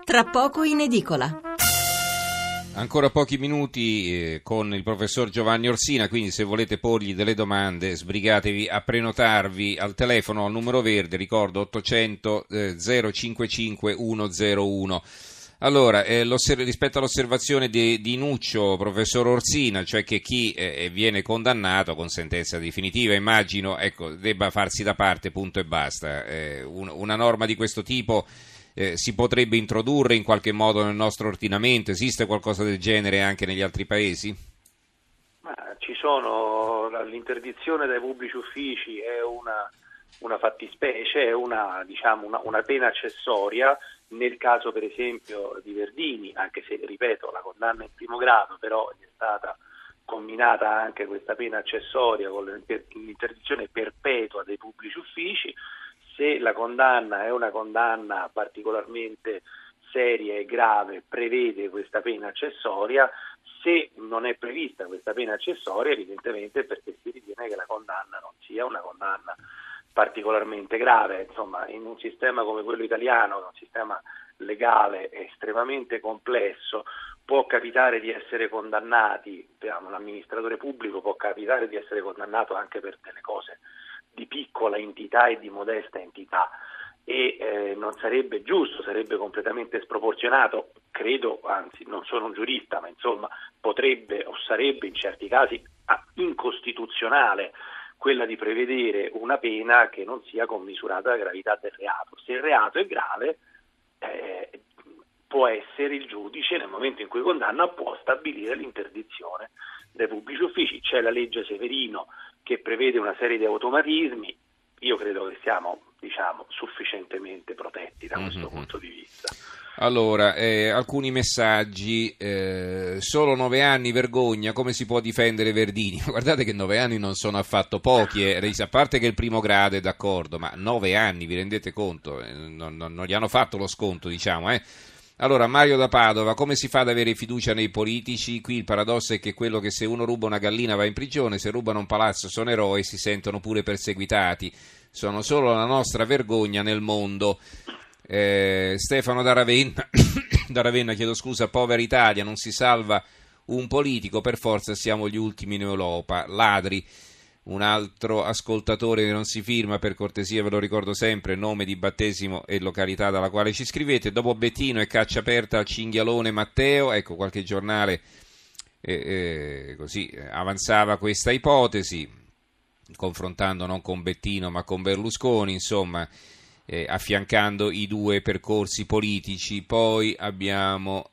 tra poco in edicola. Ancora pochi minuti con il professor Giovanni Orsina, quindi se volete porgli delle domande sbrigatevi a prenotarvi al telefono al numero verde, ricordo 800 055 101. Allora, rispetto all'osservazione di Nuccio, professor Orsina, cioè che chi viene condannato con sentenza definitiva, immagino, debba farsi da parte, punto e basta. Una norma di questo tipo si potrebbe introdurre in qualche modo nel nostro ordinamento? Esiste qualcosa del genere anche negli altri paesi? Ma ci sono, l'interdizione dai pubblici uffici è una fattispecie, è una pena accessoria. Nel caso per esempio di Verdini, anche se ripeto la condanna in primo grado, però è stata combinata anche questa pena accessoria con l'interdizione perpetua dei pubblici uffici. Se la condanna è una condanna particolarmente seria e grave, prevede questa pena accessoria. Se non è prevista questa pena accessoria, evidentemente è perché si ritiene che la condanna non sia una condanna particolarmente grave. Insomma, in un sistema come quello italiano, un sistema legale estremamente complesso, può capitare di essere condannati, un amministratore pubblico può capitare di essere condannato anche per delle cose di piccola entità e di modesta entità, e non sarebbe giusto, sarebbe completamente sproporzionato, credo, anzi non sono un giurista, ma insomma potrebbe o sarebbe in certi casi incostituzionale quella di prevedere una pena che non sia commisurata alla gravità del reato. Se il reato è grave, può essere il giudice, nel momento in cui condanna, può stabilire l'interdizione dai pubblici uffici. C'è la legge Severino che prevede una serie di automatismi. Io credo che siamo, sufficientemente protetti da questo punto di vista. Allora, alcuni messaggi, solo 9 anni, vergogna, come si può difendere Verdini? Guardate che 9 anni non sono affatto pochi, a parte che il primo grado è d'accordo, ma 9 anni, vi rendete conto? Non gli hanno fatto lo sconto, Allora, Mario da Padova, come si fa ad avere fiducia nei politici? Qui il paradosso è che quello che se uno ruba una gallina va in prigione, se rubano un palazzo sono eroi e si sentono pure perseguitati. Sono solo la nostra vergogna nel mondo. Stefano da Ravenna, chiedo scusa, povera Italia, non si salva un politico, per forza siamo gli ultimi in Europa. Ladri. Un altro ascoltatore che non si firma, per cortesia ve lo ricordo sempre, nome di battesimo e località dalla quale ci scrivete. Dopo Bettino e caccia aperta al cinghialone Matteo, qualche giornale così avanzava questa ipotesi, confrontando non con Bettino ma con Berlusconi, insomma, affiancando i due percorsi politici. Poi abbiamo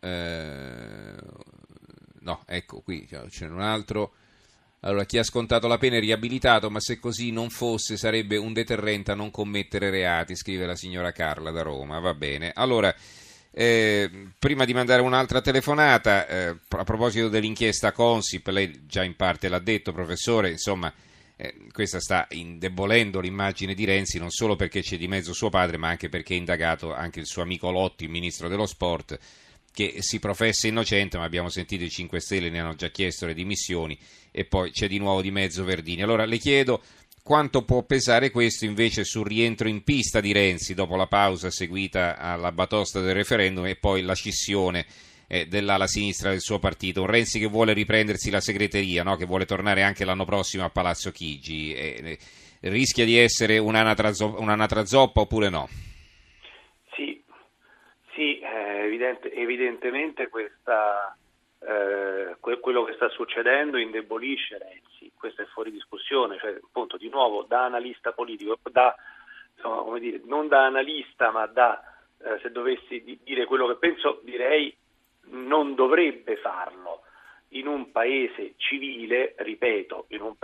qui c'è un altro. Allora, chi ha scontato la pena è riabilitato, ma se così non fosse sarebbe un deterrente a non commettere reati, scrive la signora Carla da Roma. Va bene. Allora, prima di mandare un'altra telefonata, a proposito dell'inchiesta Consip, lei già in parte l'ha detto, professore, insomma, questa sta indebolendo l'immagine di Renzi, non solo perché c'è di mezzo suo padre, ma anche perché è indagato anche il suo amico Lotti, il ministro dello sport, che si professa innocente, ma abbiamo sentito i 5 Stelle ne hanno già chiesto le dimissioni, e poi c'è di nuovo di mezzo Verdini. Allora le chiedo quanto può pesare questo invece sul rientro in pista di Renzi dopo la pausa seguita alla batosta del referendum e poi la scissione dell'ala sinistra del suo partito. Un Renzi che vuole riprendersi la segreteria, no? Che vuole tornare anche l'anno prossimo a Palazzo Chigi. Rischia di essere un'anatra zoppa oppure no? Sì, evidentemente quello che sta succedendo indebolisce Renzi, questo è fuori discussione, cioè appunto di nuovo da analista politico, non da analista ma se dovessi dire quello che penso, direi non dovrebbe farlo. In un paese civile, ripeto,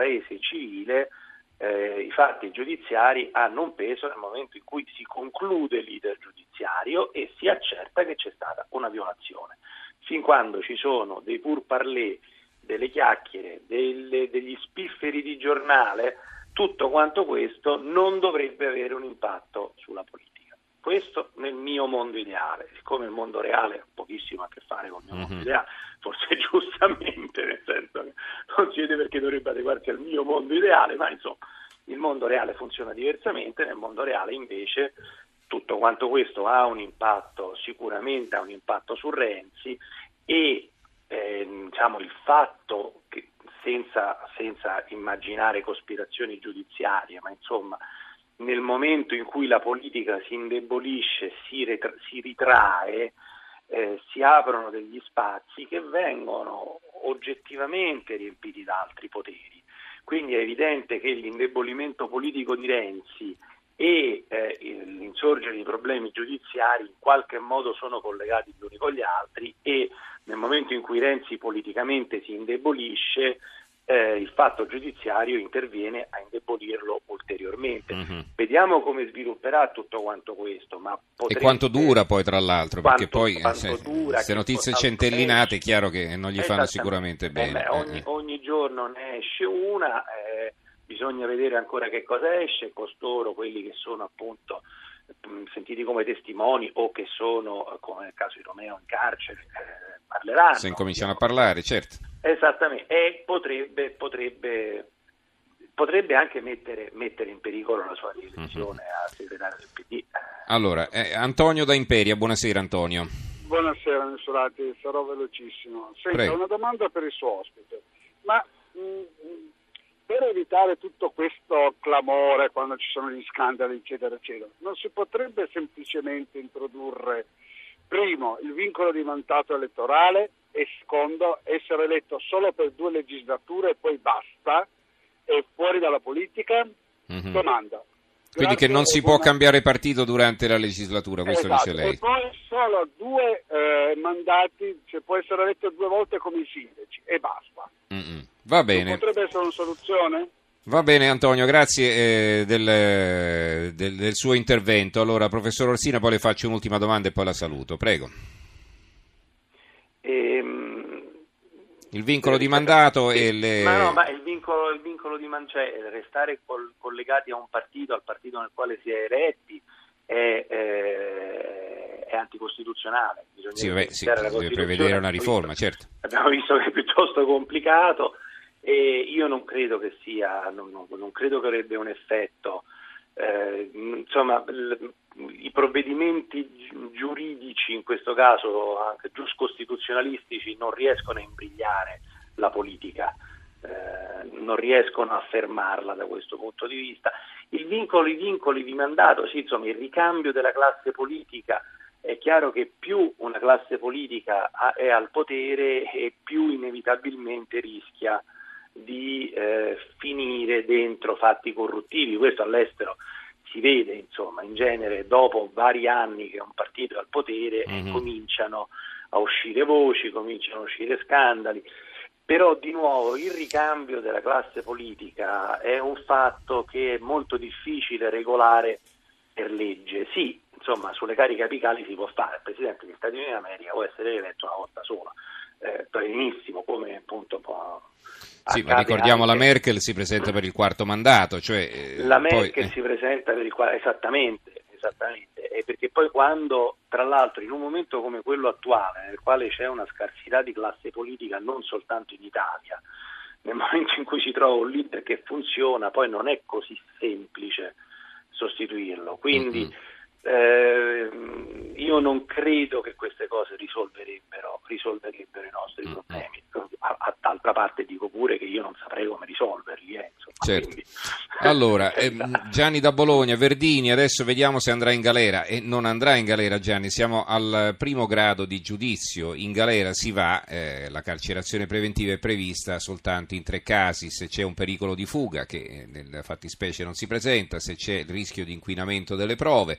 i fatti giudiziari hanno un peso nel momento in cui si conclude l'iter giudiziario e si accerta che c'è stata una violazione. Fin quando ci sono dei pourparlers, delle chiacchiere, degli spifferi di giornale, tutto quanto questo non dovrebbe avere un impatto sulla politica. Questo nel mio mondo ideale. Siccome il mondo reale ha pochissimo a che fare con il mio mondo ideale, forse giustamente, nel senso che non si vede perché dovrebbe adeguarsi al mio mondo ideale, ma insomma il mondo reale funziona diversamente. Nel mondo reale invece tutto quanto questo ha un impatto, sicuramente ha un impatto su Renzi, e diciamo il fatto che senza immaginare cospirazioni giudiziarie, ma insomma nel momento in cui la politica si indebolisce, si ritrae, si aprono degli spazi che vengono oggettivamente riempiti da altri poteri. Quindi è evidente che l'indebolimento politico di Renzi e l'insorgere di problemi giudiziari in qualche modo sono collegati gli uni con gli altri, e nel momento in cui Renzi politicamente si indebolisce, il fatto giudiziario interviene a indebolirlo ulteriormente. Vediamo come svilupperà tutto quanto questo, ma e quanto dura poi, tra l'altro, perché poi dura, se notizie centellinate è chiaro che non gli fanno sicuramente bene. Ogni giorno ne esce una, bisogna vedere ancora che cosa esce. Costoro, quelli che sono appunto sentiti come testimoni o che sono, come nel caso di Romeo, in carcere, parleranno. Se incominciano a parlare, certo. Esattamente, e potrebbe anche mettere in pericolo la sua rielezione a segretario del PD. Allora, Antonio da Imperia, buonasera Antonio. Buonasera Mensurati, sarò velocissimo. Senta, Prego. una domanda per il suo ospite, ma per evitare tutto questo clamore quando ci sono gli scandali eccetera eccetera, non si potrebbe semplicemente introdurre, primo, il vincolo di mandato elettorale, e secondo, essere eletto solo per 2 legislature e poi basta, e fuori dalla politica? Domanda. Quindi che non si può cambiare partito durante la legislatura, questo esatto, dice lei. E poi solo 2 mandati, cioè può essere eletto 2 volte come i sindaci e basta. Va bene. Non potrebbe essere una soluzione? Va bene Antonio, grazie del suo intervento. Allora, professor Orsina, poi le faccio un'ultima domanda e poi la saluto. Prego. Il vincolo di mandato e le... Ma il vincolo di mandato, restare collegati a un partito, al partito nel quale si è eletti, è anticostituzionale. Deve prevedere una riforma, certo. Abbiamo visto che è piuttosto complicato, e io non credo che sia, non credo che avrebbe un effetto. Insomma, i provvedimenti giuridici, in questo caso anche giuscostituzionalistici, non riescono a imbrigliare la politica, non riescono a fermarla da questo punto di vista. I vincoli di mandato, sì, insomma, il ricambio della classe politica. È chiaro che più una classe politica è al potere e più inevitabilmente rischia di finire dentro fatti corruttivi. Questo all'estero si vede, insomma, in genere dopo vari anni che un partito è al potere cominciano a uscire voci, cominciano a uscire scandali. Però di nuovo il ricambio della classe politica è un fatto che è molto difficile regolare per legge. Sì, insomma, sulle cariche apicali si può fare. Il Presidente degli Stati Uniti d'America può essere eletto una volta sola, benissimo, come appunto può... Sì, ma ricordiamo anche... la Merkel si presenta per il 4º mandato, cioè... La Merkel si presenta per il 4º, esattamente, e perché poi quando, tra l'altro, in un momento come quello attuale, nel quale c'è una scarsità di classe politica non soltanto in Italia, nel momento in cui si trova un leader che funziona, poi non è così semplice sostituirlo, quindi io non credo che queste cose risolverebbero i nostri problemi. D'altra parte dico pure che io non saprei come risolverli, insomma, certo. Quindi... Allora, Gianni da Bologna, Verdini, adesso vediamo se andrà in galera, e non andrà in galera Gianni, siamo al 1° grado di giudizio, in galera si va, la carcerazione preventiva è prevista soltanto in 3 casi: se c'è un pericolo di fuga, che nella fattispecie non si presenta, se c'è il rischio di inquinamento delle prove,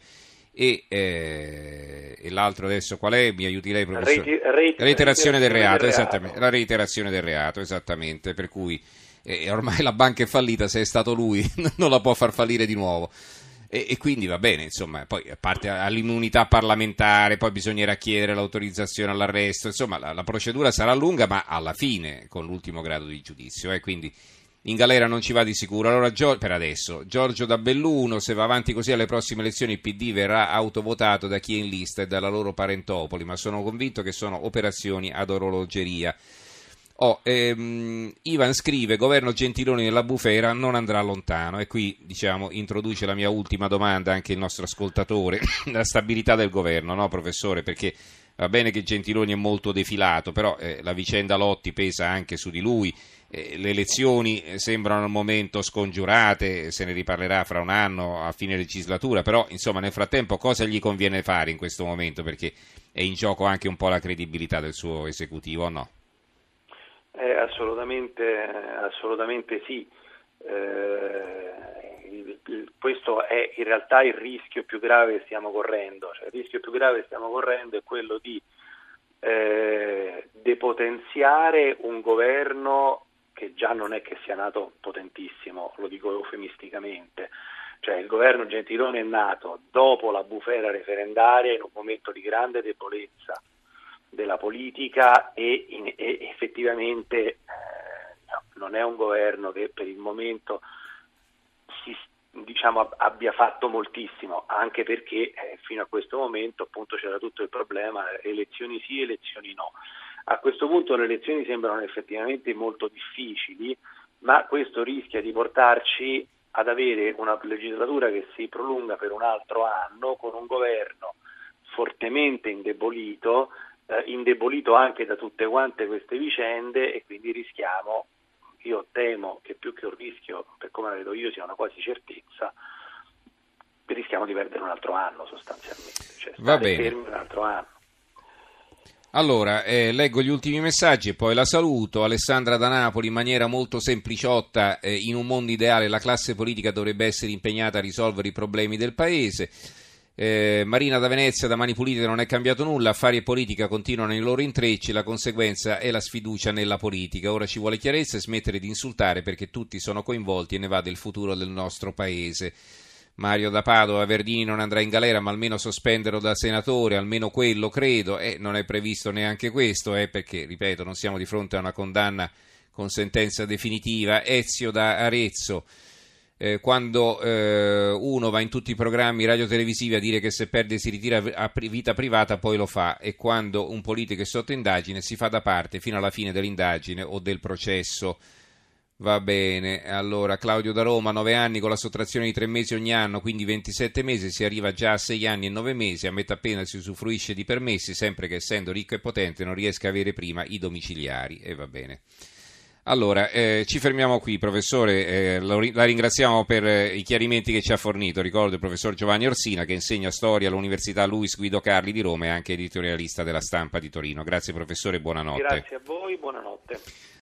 e l'altro adesso qual è? Mi aiuti lei, professore? Reiterazione del reato, esattamente, la reiterazione del reato, esattamente, per cui ormai la banca è fallita, se è stato lui non la può far fallire di nuovo, e quindi va bene, insomma, poi a parte all'immunità parlamentare, poi bisognerà chiedere l'autorizzazione all'arresto, insomma la procedura sarà lunga, ma alla fine con l'1° grado di giudizio, quindi in galera non ci va di sicuro. Allora, per adesso, Giorgio da Belluno: se va avanti così alle prossime elezioni il PD verrà autovotato da chi è in lista e dalla loro parentopoli, ma sono convinto che sono operazioni ad orologeria. Ivan scrive: governo Gentiloni nella bufera non andrà lontano, e qui introduce la mia ultima domanda anche il nostro ascoltatore, la stabilità del governo, no professore? Perché va bene che Gentiloni è molto defilato, però la vicenda Lotti pesa anche su di lui, le elezioni sembrano al momento scongiurate, se ne riparlerà fra un anno a fine legislatura, però insomma nel frattempo cosa gli conviene fare in questo momento, perché è in gioco anche un po' la credibilità del suo esecutivo, o no? Assolutamente sì. Questo è in realtà il rischio più grave che stiamo correndo. Cioè, il rischio più grave che stiamo correndo è quello di depotenziare un governo che già non è che sia nato potentissimo, lo dico eufemisticamente. Cioè, il governo Gentiloni è nato dopo la bufera referendaria, in un momento di grande debolezza della politica, e effettivamente non è un governo che per il momento abbia fatto moltissimo, anche perché fino a questo momento appunto c'era tutto il problema elezioni sì, elezioni no. A questo punto le elezioni sembrano effettivamente molto difficili, ma questo rischia di portarci ad avere una legislatura che si prolunga per un altro anno, con un governo fortemente indebolito anche da tutte quante queste vicende, e quindi io temo che più che un rischio, per come la vedo io, sia una quasi certezza, rischiamo di perdere un altro anno sostanzialmente, cioè stare fermi un altro anno. Allora, leggo gli ultimi messaggi e poi la saluto. Alessandra da Napoli: in maniera molto sempliciotta, in un mondo ideale la classe politica dovrebbe essere impegnata a risolvere i problemi del paese. Marina da Venezia: da Mani Pulite non è cambiato nulla, affari e politica continuano nei loro intrecci, la conseguenza è la sfiducia nella politica, ora ci vuole chiarezza e smettere di insultare, perché tutti sono coinvolti e ne va del futuro del nostro paese. Mario da Padova: Verdini non andrà in galera, ma almeno sospenderlo da senatore, almeno quello credo, non è previsto neanche questo, perché ripeto non siamo di fronte a una condanna con sentenza definitiva. Ezio da Arezzo: quando uno va in tutti i programmi radiotelevisivi a dire che se perde si ritira a vita privata, poi lo fa, e quando un politico è sotto indagine si fa da parte fino alla fine dell'indagine o del processo. Va bene. Allora, Claudio da Roma: 9 anni con la sottrazione di 3 mesi ogni anno, quindi 27 mesi, si arriva già a 6 anni e 9 mesi, a metà pena si usufruisce di permessi, sempre che essendo ricco e potente non riesca a avere prima i domiciliari, e va bene. Allora, ci fermiamo qui, professore, la ringraziamo per i chiarimenti che ci ha fornito. Ricordo il professor Giovanni Orsina, che insegna storia all'Università Luis Guido Carli di Roma e anche editorialista della Stampa di Torino. Grazie professore, buonanotte. Grazie a voi, buonanotte.